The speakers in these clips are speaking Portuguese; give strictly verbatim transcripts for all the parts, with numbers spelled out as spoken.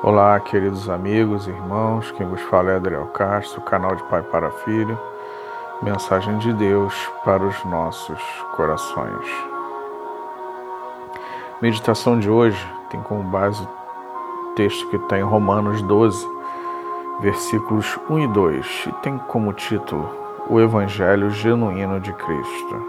Olá, queridos amigos, irmãos, quem vos fala é Adriel Castro, canal de Pai para Filho, mensagem de Deus para os nossos corações. Meditação de hoje tem como base o texto que está em Romanos doze, versículos um e dois, e tem como título o Evangelho Genuíno de Cristo.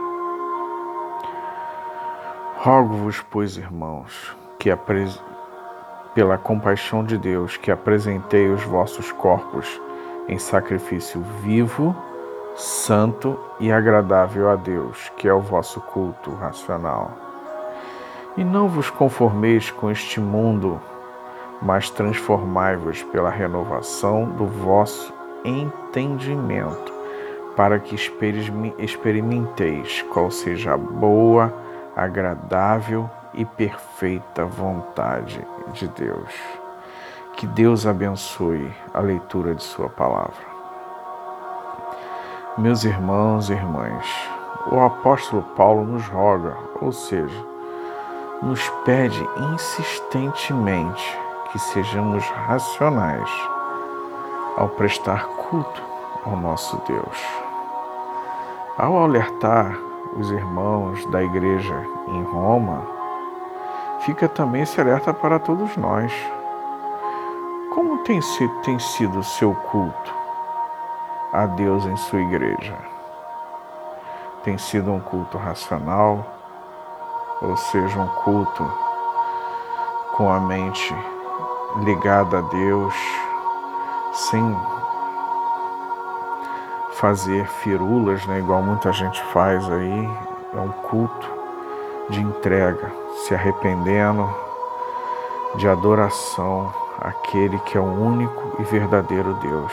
Rogo-vos, pois, irmãos, que apres... pela compaixão de Deus, que apresentei os vossos corpos em sacrifício vivo, santo e agradável a Deus, que é o vosso culto racional. E não vos conformeis com este mundo, mas transformai-vos pela renovação do vosso entendimento, para que experimenteis qual seja a boa, agradável e perfeita vontade de Deus. Que Deus abençoe a leitura de sua palavra. Meus irmãos e irmãs, o apóstolo Paulo nos roga, ou seja, nos pede insistentemente que sejamos racionais ao prestar culto ao nosso Deus. Ao alertar os irmãos da igreja em Roma, fica também esse alerta para todos nós. Como tem sido, tem sido o seu culto a Deus em sua igreja? Tem sido um culto racional, ou seja, um culto com a mente ligada a Deus, sem fazer firulas, né, igual muita gente faz aí? É um culto de entrega, se arrependendo, de adoração àquele que é o único e verdadeiro Deus.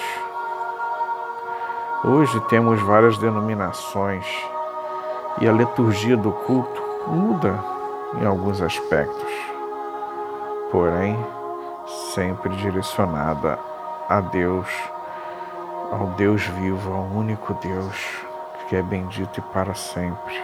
Hoje temos várias denominações e a liturgia do culto muda em alguns aspectos, porém sempre direcionada a Deus, ao Deus vivo, ao único Deus que é bendito e para sempre.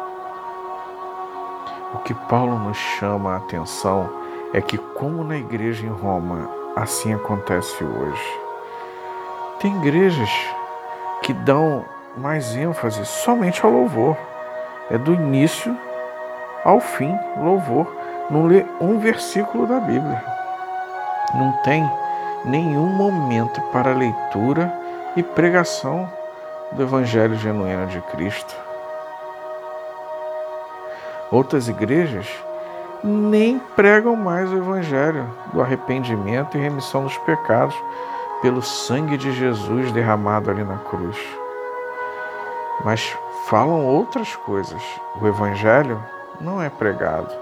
O que Paulo nos chama a atenção é que, como na igreja em Roma, assim acontece hoje. Tem igrejas que dão mais ênfase somente ao louvor. É do início ao fim, louvor. Não lê um versículo da Bíblia. Não tem nenhum momento para leitura e pregação do Evangelho genuíno de Cristo. Outras igrejas nem pregam mais o Evangelho do arrependimento e remissão dos pecados pelo sangue de Jesus derramado ali na cruz. Mas falam outras coisas. O Evangelho não é pregado.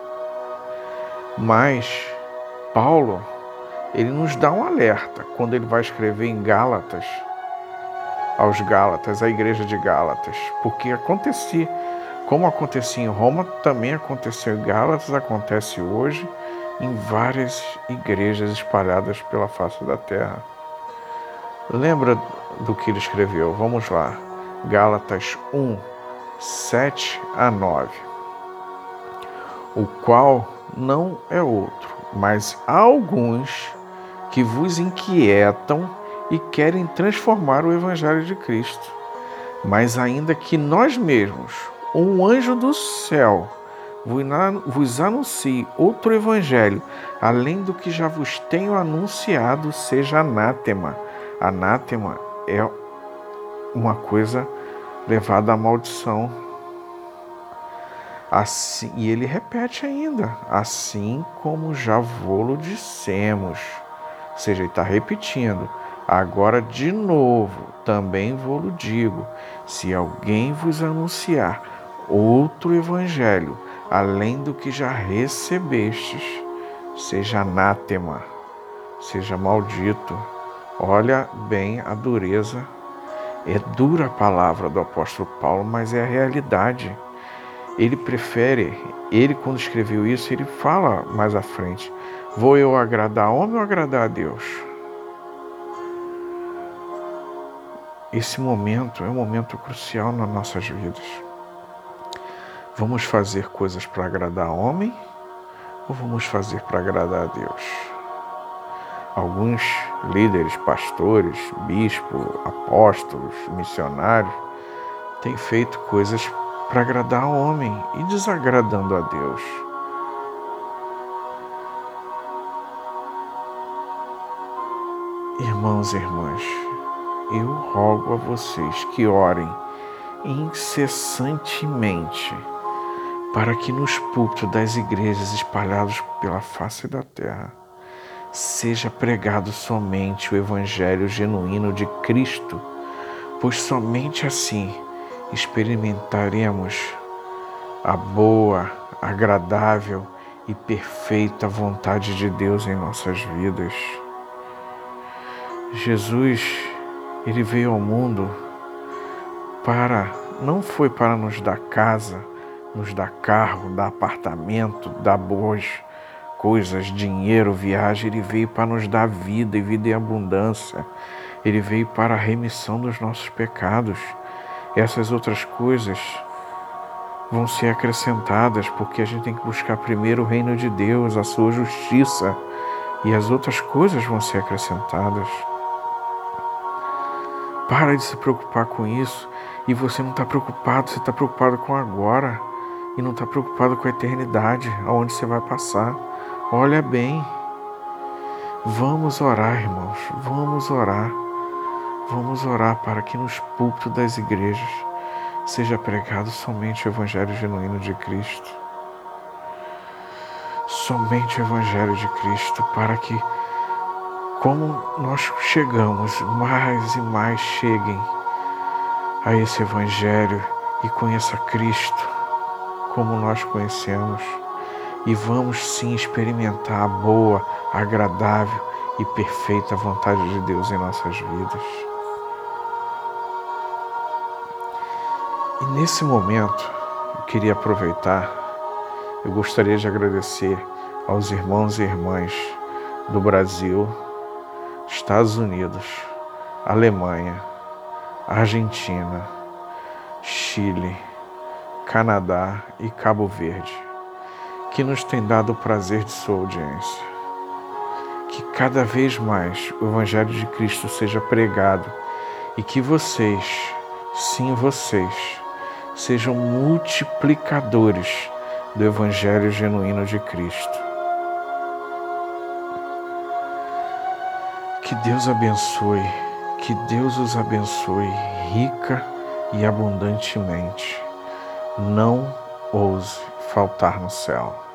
Mas Paulo, ele nos dá um alerta quando ele vai escrever em Gálatas, aos Gálatas, a igreja de Gálatas, porque acontecia, como acontecia em Roma, também aconteceu em Gálatas, acontece hoje em várias igrejas espalhadas pela face da terra. Lembra do que ele escreveu? Vamos lá. Gálatas um, sete a nove. O qual não é outro, mas há alguns que vos inquietam e querem transformar o Evangelho de Cristo. Mas ainda que nós mesmos, um anjo do céu, vos anuncie outro evangelho, além do que já vos tenho anunciado, seja anátema. Anátema é uma coisa levada à maldição. Assim, e ele repete ainda, assim como já vô-lo dissemos. Ou seja, ele está repetindo. Agora, de novo, também vou-lo digo, se alguém vos anunciar outro evangelho, além do que já recebestes, seja anátema, seja maldito. Olha bem a dureza. É dura a palavra do apóstolo Paulo, mas é a realidade. Ele prefere, ele quando escreveu isso, ele fala mais à frente, vou eu agradar a homem ou agradar a Deus? Esse momento é um momento crucial nas nossas vidas. Vamos fazer coisas para agradar a homem ou vamos fazer para agradar a Deus? alguns líderes, pastores, bispos, apóstolos, missionários, têm feito coisas para agradar ao homem e desagradando a Deus. Irmãos e irmãs, eu rogo a vocês que orem incessantemente para que nos púlpitos das igrejas espalhados pela face da terra seja pregado somente o Evangelho genuíno de Cristo, pois somente assim experimentaremos a boa, agradável e perfeita vontade de Deus em nossas vidas. Jesus, ele veio ao mundo para, não foi para nos dar casa, nos dar carro, dar apartamento, dar boas coisas, dinheiro, viagem. Ele veio para nos dar vida e vida em abundância. Ele veio para a remissão dos nossos pecados. Essas outras coisas vão ser acrescentadas, porque a gente tem que buscar primeiro o reino de Deus, a sua justiça, e as outras coisas vão ser acrescentadas. Para de se preocupar com isso. E você não está preocupado, você está preocupado com agora e não está preocupado com a eternidade, aonde você vai passar. Olha bem, vamos orar, irmãos, vamos orar, vamos orar para que nos púlpitos das igrejas seja pregado somente o Evangelho genuíno de Cristo. Somente o Evangelho de Cristo, para que, como nós chegamos, mais e mais cheguem a esse Evangelho e conheça Cristo como nós conhecemos, e vamos sim experimentar a boa, agradável e perfeita vontade de Deus em nossas vidas. E nesse momento, eu queria aproveitar, eu gostaria de agradecer aos irmãos e irmãs do Brasil, Estados Unidos, Alemanha, Argentina, Chile, Canadá e Cabo Verde, que nos tem dado o prazer de sua audiência. Que cada vez mais o Evangelho de Cristo seja pregado e que vocês, sim vocês, sejam multiplicadores do Evangelho genuíno de Cristo. Que Deus abençoe, que Deus os abençoe rica e abundantemente. Não ouse faltar no céu.